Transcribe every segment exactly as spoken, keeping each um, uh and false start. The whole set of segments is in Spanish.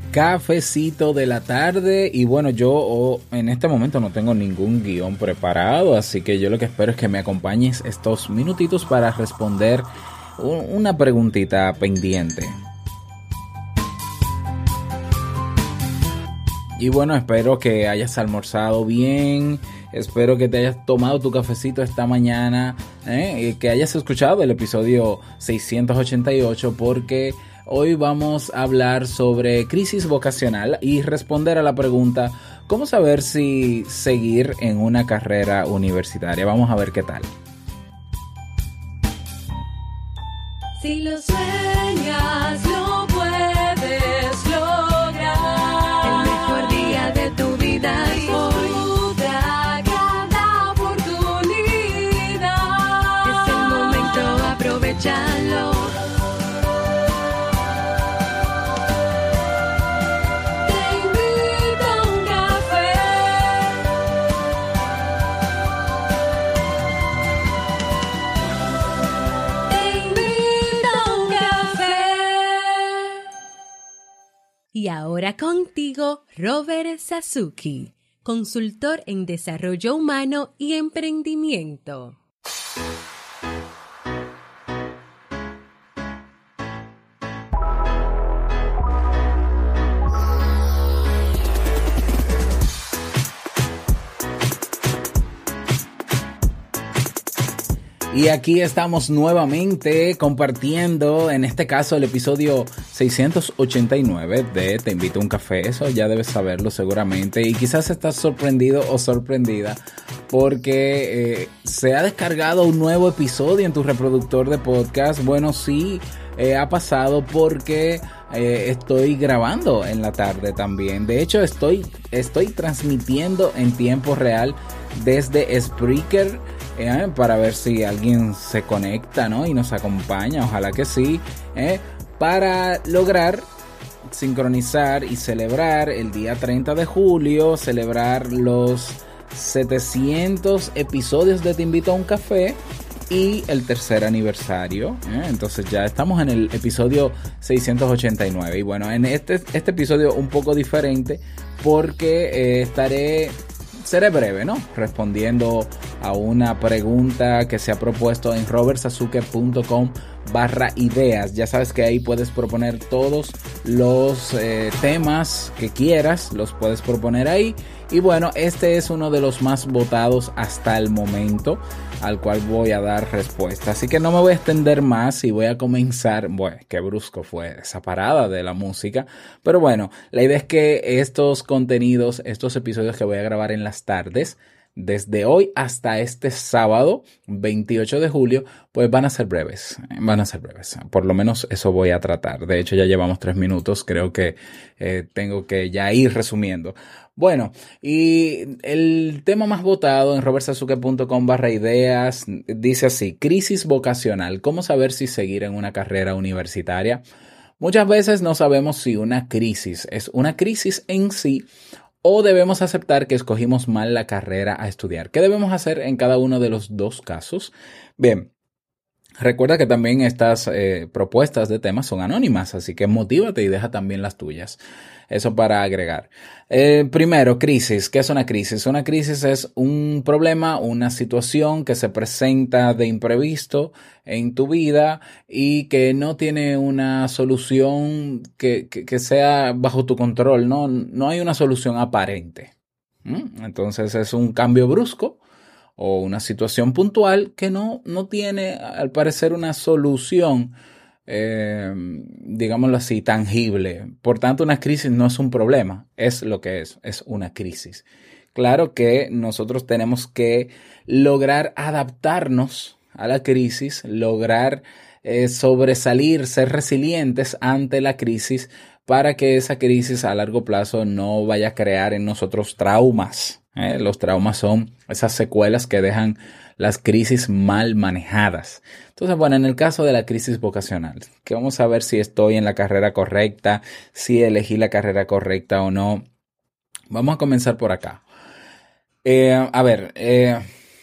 Cafecito de la tarde y bueno, yo oh, en este momento no tengo ningún guión preparado, así que yo lo que espero es que me acompañes estos minutitos para responder un, una preguntita pendiente. Y bueno, espero que hayas almorzado bien, espero que te hayas tomado tu cafecito esta mañana, ¿eh? que hayas escuchado el episodio seiscientos ochenta y ocho porque hoy vamos a hablar sobre crisis vocacional y responder a la pregunta, ¿cómo saber si seguir en una carrera universitaria? Vamos a ver qué tal. Si lo sueñas, lo puedes lograr. El mejor día de tu vida es hoy. Disfruta cada oportunidad. Es el momento, aprovechalo. Y ahora contigo, Robert Sasuki, consultor en desarrollo humano y emprendimiento. Y aquí estamos nuevamente compartiendo, en este caso, el episodio seiscientos ochenta y nueve de Te Invito a un Café. Eso ya debes saberlo seguramente. Y quizás estás sorprendido o sorprendida porque eh, se ha descargado un nuevo episodio en tu reproductor de podcast. Bueno, sí, eh, ha pasado porque eh, estoy grabando en la tarde también. De hecho, estoy, estoy transmitiendo en tiempo real desde Spreaker. Eh, para ver si alguien se conecta, ¿no? Y nos acompaña, ojalá que sí, eh, para lograr sincronizar y celebrar el día treinta de julio, celebrar los setecientos episodios de Te Invito a un Café y el tercer aniversario, ¿eh? Entonces ya estamos en el episodio seiscientos ochenta y nueve y bueno, en este, este episodio un poco diferente porque eh, estaré... Seré breve, ¿no? Respondiendo a una pregunta que se ha propuesto en robertsazuke.com barra ideas. Ya sabes que ahí puedes proponer todos los eh, temas que quieras, los puedes proponer ahí. Y bueno, este es uno de los más votados hasta el momento, al cual voy a dar respuesta. Así que no me voy a extender más y voy a comenzar. Bueno, qué brusco fue esa parada de la música. Pero bueno, la idea es que estos contenidos, estos episodios que voy a grabar en las tardes, desde hoy hasta este sábado, veintiocho de julio, pues van a ser breves, van a ser breves. Por lo menos eso voy a tratar. De hecho, ya llevamos tres minutos, creo que eh, tengo que ya ir resumiendo. Bueno, y el tema más votado en robertsazuke.com barra ideas dice así, crisis vocacional, ¿cómo saber si seguir en una carrera universitaria? Muchas veces no sabemos si una crisis es una crisis en sí o debemos aceptar que escogimos mal la carrera a estudiar. ¿Qué debemos hacer en cada uno de los dos casos? Bien, recuerda que también estas eh, propuestas de temas son anónimas, así que motívate y deja también las tuyas. Eso para agregar. Eh, primero, crisis. ¿Qué es una crisis? Una crisis es un problema, una situación que se presenta de imprevisto en tu vida y que no tiene una solución que, que, que sea bajo tu control, ¿no? No hay una solución aparente. ¿Mm? Entonces es un cambio brusco o una situación puntual que no, no tiene, al parecer, una solución Eh, digámoslo así, tangible. Por tanto, una crisis no es un problema, es lo que es, es una crisis. Claro que nosotros tenemos que lograr adaptarnos a la crisis, lograr eh, sobresalir, ser resilientes ante la crisis para que esa crisis a largo plazo no vaya a crear en nosotros traumas. ¿eh? Los traumas son esas secuelas que dejan las crisis mal manejadas. Entonces, bueno, en el caso de la crisis vocacional, que vamos a ver si estoy en la carrera correcta, si elegí la carrera correcta o no. Vamos a comenzar por acá. Eh, a ver, eh,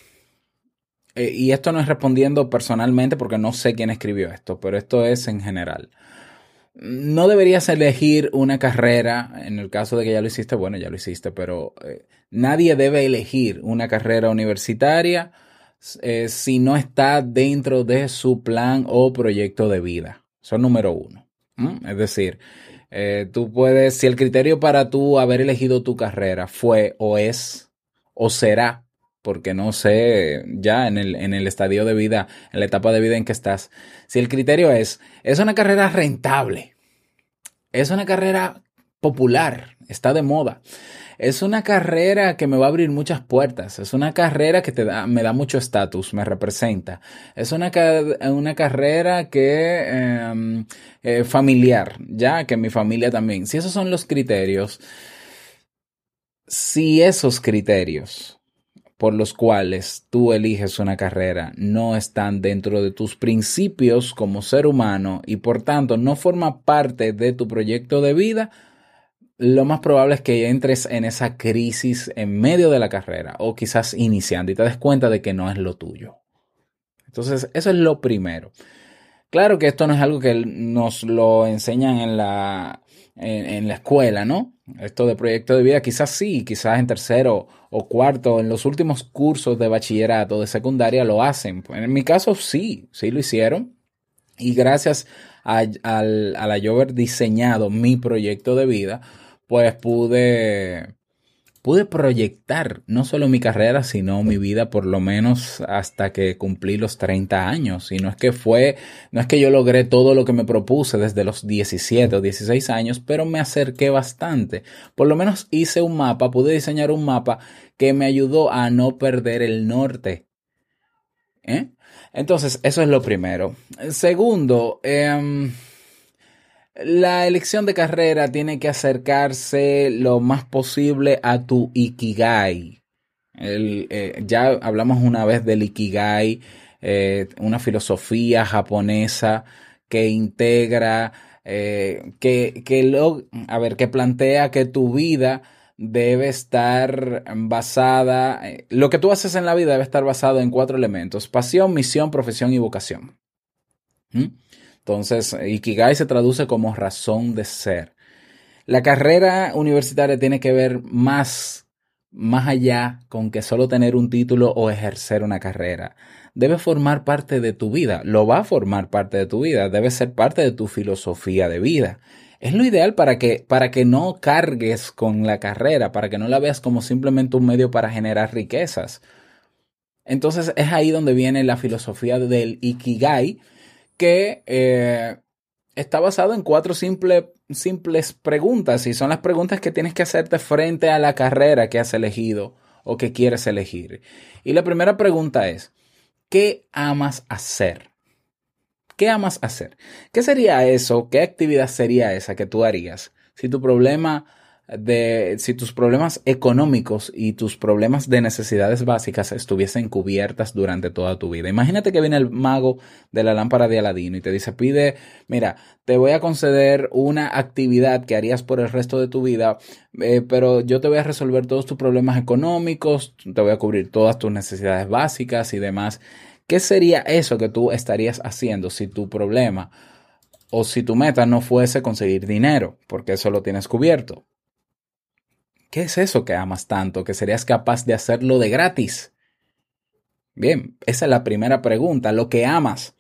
eh, y esto no es respondiendo personalmente porque no sé quién escribió esto, pero esto es en general. no deberías elegir una carrera, en el caso de que ya lo hiciste, bueno, ya lo hiciste, pero eh, nadie debe elegir una carrera universitaria eh, si no está dentro de su plan o proyecto de vida. Eso es número uno. ¿Mm? Es decir, eh, tú puedes, si el criterio para tú haber elegido tu carrera fue o es o será, porque no sé ya en el, en el estadio de vida, en la etapa de vida en que estás, si el criterio es, es una carrera rentable, es una carrera popular, está de moda, es una carrera que me va a abrir muchas puertas, es una carrera que te da, me da mucho estatus, me representa, es una, una carrera que eh, eh, familiar, ya que mi familia también, si esos son los criterios, si esos criterios por los cuales tú eliges una carrera no están dentro de tus principios como ser humano y por tanto no forma parte de tu proyecto de vida, lo más probable es que entres en esa crisis en medio de la carrera o quizás iniciando y te des cuenta de que no es lo tuyo. Entonces, eso es lo primero. Claro que esto no es algo que nos lo enseñan en la, en, en la escuela, ¿no? Esto de proyecto de vida, quizás sí, quizás en tercero o cuarto, en los últimos cursos de bachillerato, de secundaria, lo hacen. En mi caso sí, sí lo hicieron. Y gracias a, a, a yo haber diseñado mi proyecto de vida, pues pude... Pude proyectar no solo mi carrera, sino mi vida por lo menos hasta que cumplí los treinta años. Y no es que fue, no es que yo logré todo lo que me propuse desde los diecisiete o dieciséis años, pero me acerqué bastante. Por lo menos hice un mapa, pude diseñar un mapa que me ayudó a no perder el norte. ¿Eh? Entonces, eso es lo primero. Segundo, eh, la elección de carrera tiene que acercarse lo más posible a tu Ikigai. El, eh, ya hablamos una vez del Ikigai, eh, una filosofía japonesa que integra, eh, que, que, lo, a ver, que plantea que tu vida debe estar basada, eh, lo que tú haces en la vida debe estar basado en cuatro elementos: pasión, misión, profesión y vocación. ¿Mm? Entonces, Ikigai se traduce como razón de ser. La carrera universitaria tiene que ver más, más allá con que solo tener un título o ejercer una carrera. Debe formar parte de tu vida, lo va a formar parte de tu vida, debe ser parte de tu filosofía de vida. Es lo ideal para que, para que no cargues con la carrera, para que no la veas como simplemente un medio para generar riquezas. Entonces es ahí donde viene la filosofía del Ikigai, que eh, está basado en cuatro simple, simples preguntas, y son las preguntas que tienes que hacerte frente a la carrera que has elegido o que quieres elegir. Y la primera pregunta es, ¿qué amas hacer? ¿Qué amas hacer? ¿Qué sería eso? ¿Qué actividad sería esa que tú harías si tu problema de, si tus problemas económicos y tus problemas de necesidades básicas estuviesen cubiertas durante toda tu vida? Imagínate que viene el mago de la lámpara de Aladino y te dice, pide, mira, te voy a conceder una actividad que harías por el resto de tu vida, eh, pero yo te voy a resolver todos tus problemas económicos, te voy a cubrir todas tus necesidades básicas y demás. ¿Qué sería eso que tú estarías haciendo si tu problema o si tu meta no fuese conseguir dinero? Porque eso lo tienes cubierto. ¿Qué es eso que amas tanto, que serías capaz de hacerlo de gratis? Bien, esa es la primera pregunta, lo que amas.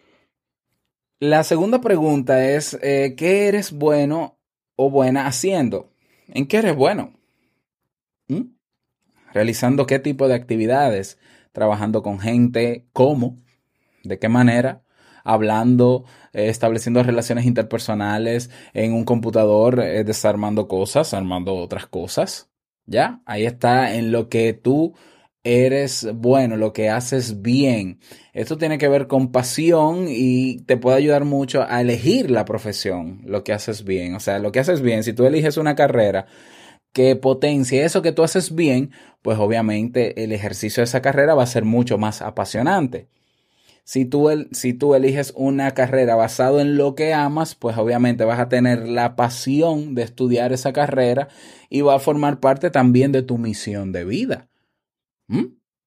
La segunda pregunta es, eh, ¿qué eres bueno o buena haciendo? ¿En qué eres bueno? ¿Mm? ¿Realizando qué tipo de actividades? ¿Trabajando con gente? ¿Cómo? ¿De qué manera? Hablando, eh, estableciendo relaciones interpersonales en un computador, eh, desarmando cosas, armando otras cosas. ¿Ya? Ahí está en lo que tú eres bueno, lo que haces bien. Esto tiene que ver con pasión y te puede ayudar mucho a elegir la profesión, lo que haces bien. O sea, lo que haces bien, si tú eliges una carrera que potencie eso que tú haces bien, pues obviamente el ejercicio de esa carrera va a ser mucho más apasionante. Si tú, el, si tú eliges una carrera basado en lo que amas, pues obviamente vas a tener la pasión de estudiar esa carrera y va a formar parte también de tu misión de vida. ¿Mm?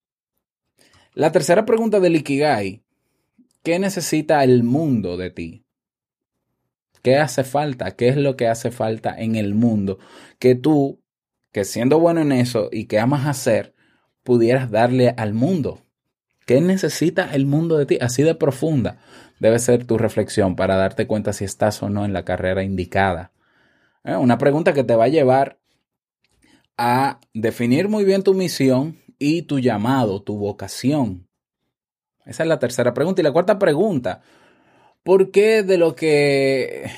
La tercera pregunta del Ikigai, ¿qué necesita el mundo de ti? ¿Qué hace falta? ¿Qué es lo que hace falta en el mundo? Que tú, que siendo bueno en eso y que amas hacer, pudieras darle al mundo. ¿Qué necesita el mundo de ti? Así de profunda debe ser tu reflexión para darte cuenta si estás o no en la carrera indicada. ¿Eh? Una pregunta que te va a llevar a definir muy bien tu misión y tu llamado, tu vocación. Esa es la tercera pregunta. Y la cuarta pregunta, ¿por qué de lo que...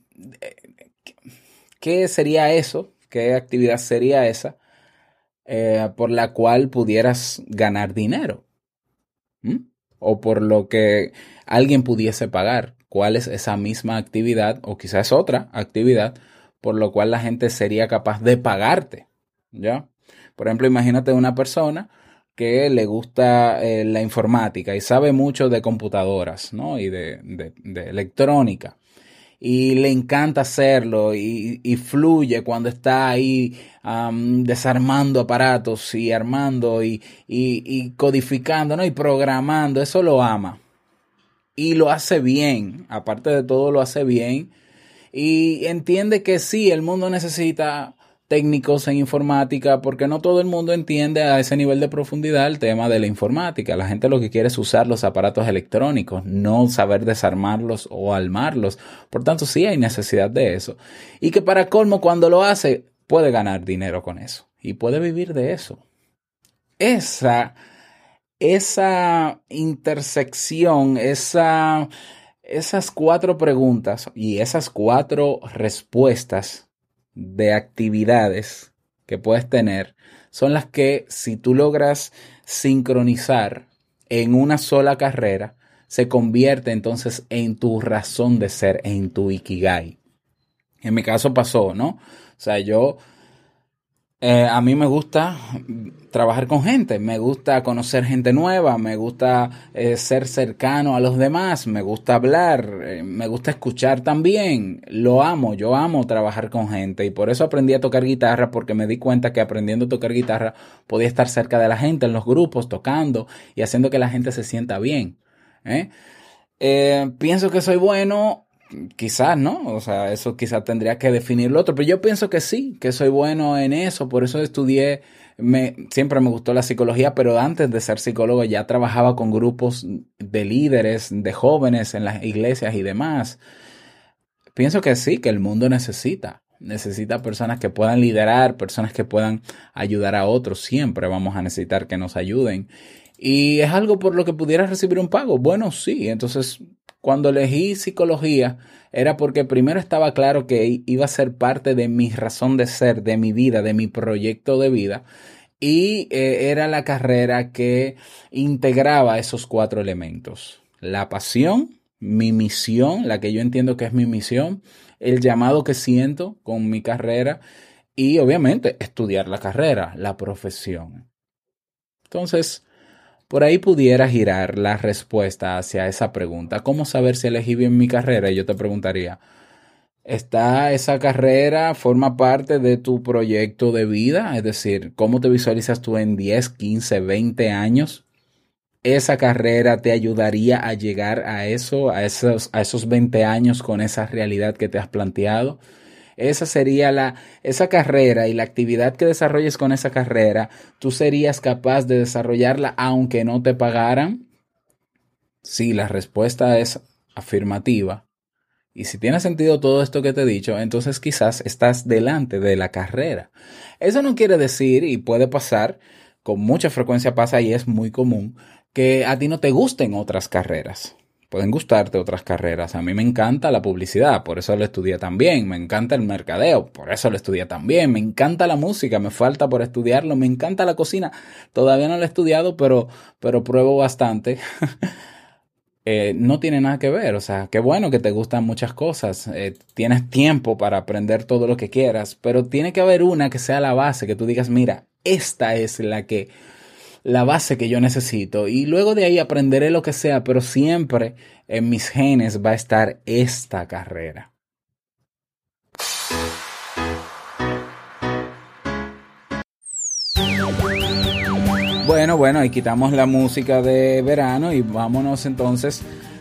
¿Qué sería eso? ¿Qué actividad sería esa eh, por la cual pudieras ganar dinero? ¿Mm? O por lo que alguien pudiese pagar. ¿Cuál es esa misma actividad o quizás otra actividad por lo cual la gente sería capaz de pagarte? ¿Ya? Por ejemplo, imagínate una persona que le gusta eh, la informática y sabe mucho de computadoras, ¿no? Y de, de, de electrónica. Y le encanta hacerlo y, y fluye cuando está ahí um, desarmando aparatos y armando y, y, y codificando, ¿no? Y programando. Eso lo ama. Y lo hace bien. Aparte de todo, lo hace bien. Y entiende que sí, el mundo necesita técnicos en informática, porque no todo el mundo entiende a ese nivel de profundidad el tema de la informática. La gente lo que quiere es usar los aparatos electrónicos, no saber desarmarlos o armarlos. Por tanto, sí hay necesidad de eso. Y que para colmo, cuando lo hace, puede ganar dinero con eso. Y puede vivir de eso. Esa, esa intersección, esa, esas cuatro preguntas y esas cuatro respuestas de actividades que puedes tener son las que, si tú logras sincronizar en una sola carrera, se convierte entonces en tu razón de ser, en tu ikigai. En mi caso pasó, ¿no? O sea, yo Eh, a mí me gusta trabajar con gente, me gusta conocer gente nueva, me gusta eh, ser cercano a los demás, me gusta hablar, eh, me gusta escuchar también. Lo amo, yo amo trabajar con gente y por eso aprendí a tocar guitarra, porque me di cuenta que aprendiendo a tocar guitarra podía estar cerca de la gente en los grupos, tocando y haciendo que la gente se sienta bien. ¿eh? Eh, pienso que soy bueno. Quizás, ¿no? O sea, eso quizás tendría que definir lo otro, pero yo pienso que sí, que soy bueno en eso, por eso estudié, me, siempre me gustó la psicología, pero antes de ser psicólogo ya trabajaba con grupos de líderes, de jóvenes en las iglesias y demás. Pienso que sí, que el mundo necesita, necesita personas que puedan liderar, personas que puedan ayudar a otros, siempre vamos a necesitar que nos ayuden. Y es algo por lo que pudieras recibir un pago. Bueno, sí, entonces cuando elegí psicología era porque primero estaba claro que iba a ser parte de mi razón de ser, de mi vida, de mi proyecto de vida. Y eh, era la carrera que integraba esos cuatro elementos. La pasión, mi misión, la que yo entiendo que es mi misión, el llamado que siento con mi carrera y obviamente estudiar la carrera, la profesión. Entonces, por ahí pudiera girar la respuesta hacia esa pregunta. ¿Cómo saber si elegí bien mi carrera? Y yo te preguntaría, ¿está esa carrera, forma parte de tu proyecto de vida? Es decir, ¿cómo te visualizas tú en diez, quince, veinte años? ¿Esa carrera te ayudaría a llegar a eso, a esos, a esos veinte años con esa realidad que te has planteado? Esa sería la, esa carrera y la actividad que desarrolles con esa carrera, ¿tú serías capaz de desarrollarla aunque no te pagaran? Sí, la respuesta es afirmativa. Y si tiene sentido todo esto que te he dicho, entonces quizás estás delante de la carrera. Eso no quiere decir, y puede pasar, con mucha frecuencia pasa y es muy común, que a ti no te gusten otras carreras. Pueden gustarte otras carreras. A mí me encanta la publicidad, por eso lo estudié también. Me encanta el mercadeo, por eso lo estudié también. Me encanta la música, me falta por estudiarlo. Me encanta la cocina. Todavía no lo he estudiado, pero, pero pruebo bastante. eh, no tiene nada que ver. O sea, qué bueno que te gustan muchas cosas. Eh, tienes tiempo para aprender todo lo que quieras, pero tiene que haber una que sea la base, que tú digas, mira, esta es la que... la base que yo necesito y luego de ahí aprenderé lo que sea, pero siempre en mis genes va a estar esta carrera. Bueno, bueno, y quitamos la música de verano y vámonos entonces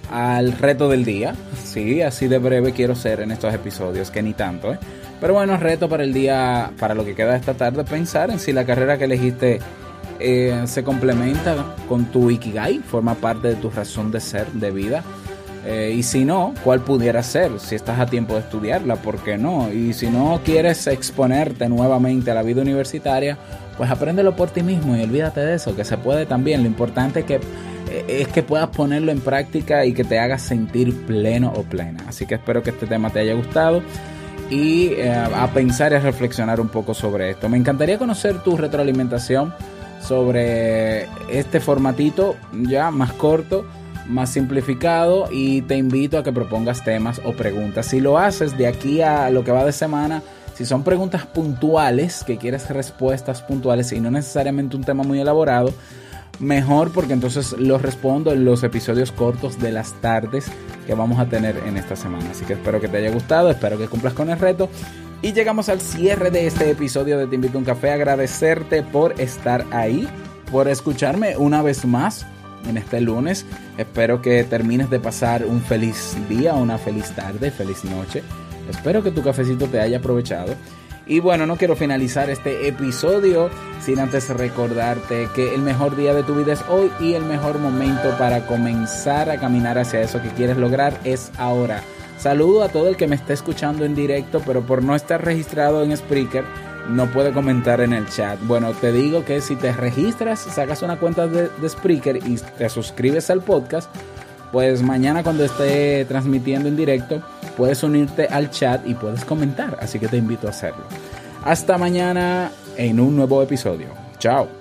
al reto del día. Sí, así de breve quiero ser en estos episodios, que ni tanto, ¿eh? Pero bueno, reto para el día, para lo que queda de esta tarde, pensar en si la carrera que elegiste eh, se complementa con tu Ikigai, forma parte de tu razón de ser, de vida. Eh, y si no, ¿cuál pudiera ser? Si estás a tiempo de estudiarla, ¿por qué no? Y si no quieres exponerte nuevamente a la vida universitaria, pues apréndelo por ti mismo y olvídate de eso, que se puede también. Lo importante es que, eh, es que puedas ponerlo en práctica y que te hagas sentir pleno o plena. Así que espero que este tema te haya gustado y eh, a pensar y a reflexionar un poco sobre esto. Me encantaría conocer tu retroalimentación sobre este formatito ya más corto, más simplificado, y te invito a que propongas temas o preguntas. Si lo haces de aquí a lo que va de semana, si son preguntas puntuales, que quieres respuestas puntuales y no necesariamente un tema muy elaborado, mejor, porque entonces los respondo en los episodios cortos de las tardes que vamos a tener en esta semana. Así que espero que te haya gustado, espero que cumplas con el reto. Y llegamos al cierre de este episodio de Te Invito a un Café. Agradecerte por estar ahí, por escucharme una vez más en este lunes. Espero que termines de pasar un feliz día, una feliz tarde, feliz noche. Espero que tu cafecito te haya aprovechado. Y bueno, no quiero finalizar este episodio sin antes recordarte que el mejor día de tu vida es hoy, y el mejor momento para comenzar a caminar hacia eso que quieres lograr es ahora. Saludo a todo el que me está escuchando en directo, pero por no estar registrado en Spreaker no puede comentar en el chat. Bueno, te digo que si te registras, sacas una cuenta de, de Spreaker y te suscribes al podcast, pues mañana cuando esté transmitiendo en directo puedes unirte al chat y puedes comentar, así que te invito a hacerlo. Hasta mañana en un nuevo episodio. Chao.